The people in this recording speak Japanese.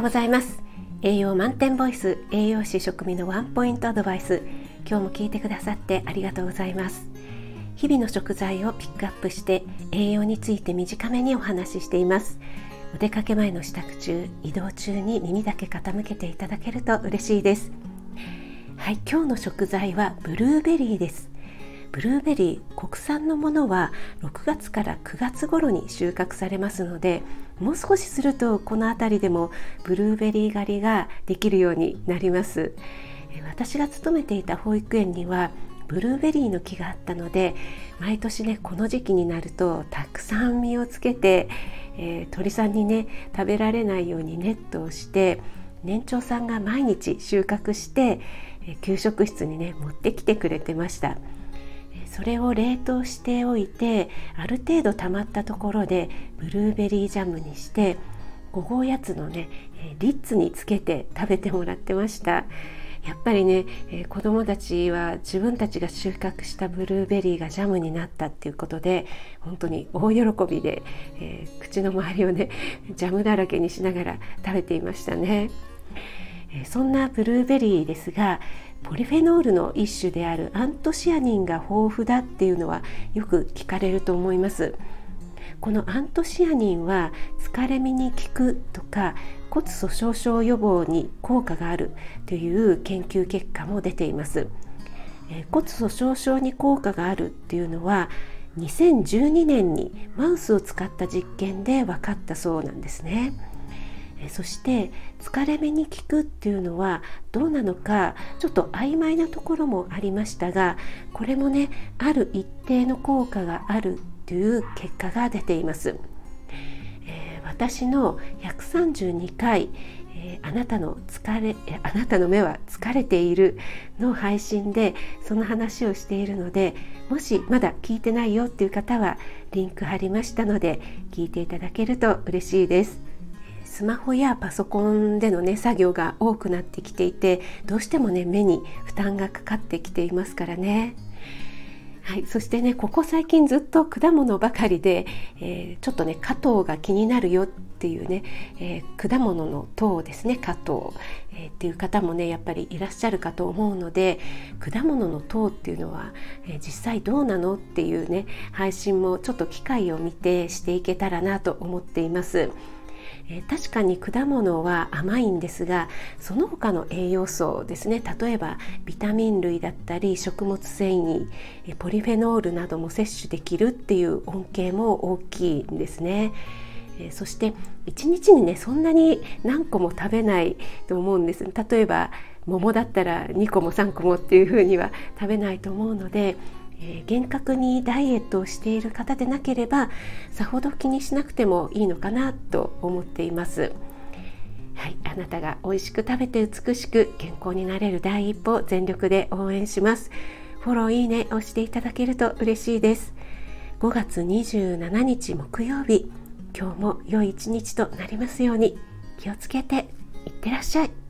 ございます。栄養満点ボイス、栄養士食味のワンポイントアドバイス。今日も聞いてくださってありがとうございます。日々の食材をピックアップして栄養について短めにお話ししています。お出かけ前の支度中、移動中に耳だけ傾けていただけると嬉しいです。はい、今日の食材はブルーベリーです。ブルーベリー、国産のものは6月から9月頃に収穫されますので、もう少しするとこの辺りでもブルーベリー狩りができるようになります。私が勤めていた保育園にはブルーベリーの木があったので、毎年ねこの時期になるとたくさん実をつけて、鳥さんにね食べられないようにネットをして、年長さんが毎日収穫して、給食室にね持ってきてくれてました。それを冷凍しておいて、ある程度溜まったところでブルーベリージャムにして、午後おやつのねリッツにつけて食べてもらってました。やっぱりね、子どもたちは自分たちが収穫したブルーベリーがジャムになったっていうことで本当に大喜びで、口の周りをねジャムだらけにしながら食べていましたね。そんなブルーベリーですが、ポリフェノールの一種であるアントシアニンが豊富だっていうのはよく聞かれると思います。このアントシアニンは疲れ目に効くとか骨粗しょう症予防に効果があるという研究結果も出ています。骨粗しょう症に効果があるっていうのは2012年にマウスを使った実験で分かったそうなんですね。そして疲れ目に効くっていうのはどうなのかちょっと曖昧なところもありましたが、これもねある一定の効果があるという結果が出ています。私の132回、あなたの目は疲れているの配信でその話をしているので、もしまだ聞いてないよっていう方はリンク貼りましたので聞いていただけると嬉しいです。スマホやパソコンでのね作業が多くなってきていて、どうしてもね目に負担がかかってきていますからね。はい、そしてねここ最近ずっと果物ばかりで、ちょっとね果糖が気になるよっていうね、果物の糖ですね、果糖、っていう方もねやっぱりいらっしゃるかと思うので、果物の糖っていうのは、実際どうなのっていうね配信もちょっと機会を見てしていけたらなと思っています。確かに果物は甘いんですが、その他の栄養素ですね、例えばビタミン類だったり食物繊維、ポリフェノールなども摂取できるっていう恩恵も大きいんですね。そして1日にねそんなに何個も食べないと思うんです。例えば桃だったら2個も3個もっていうふうには食べないと思うので、厳格にダイエットをしている方でなければさほど気にしなくてもいいのかなと思っています。はい、あなたが美味しく食べて美しく健康になれる第一歩、全力で応援します。フォローいいね押していただけると嬉しいです。5月27日木曜日、今日も良い一日となりますように。気をつけていってらっしゃい。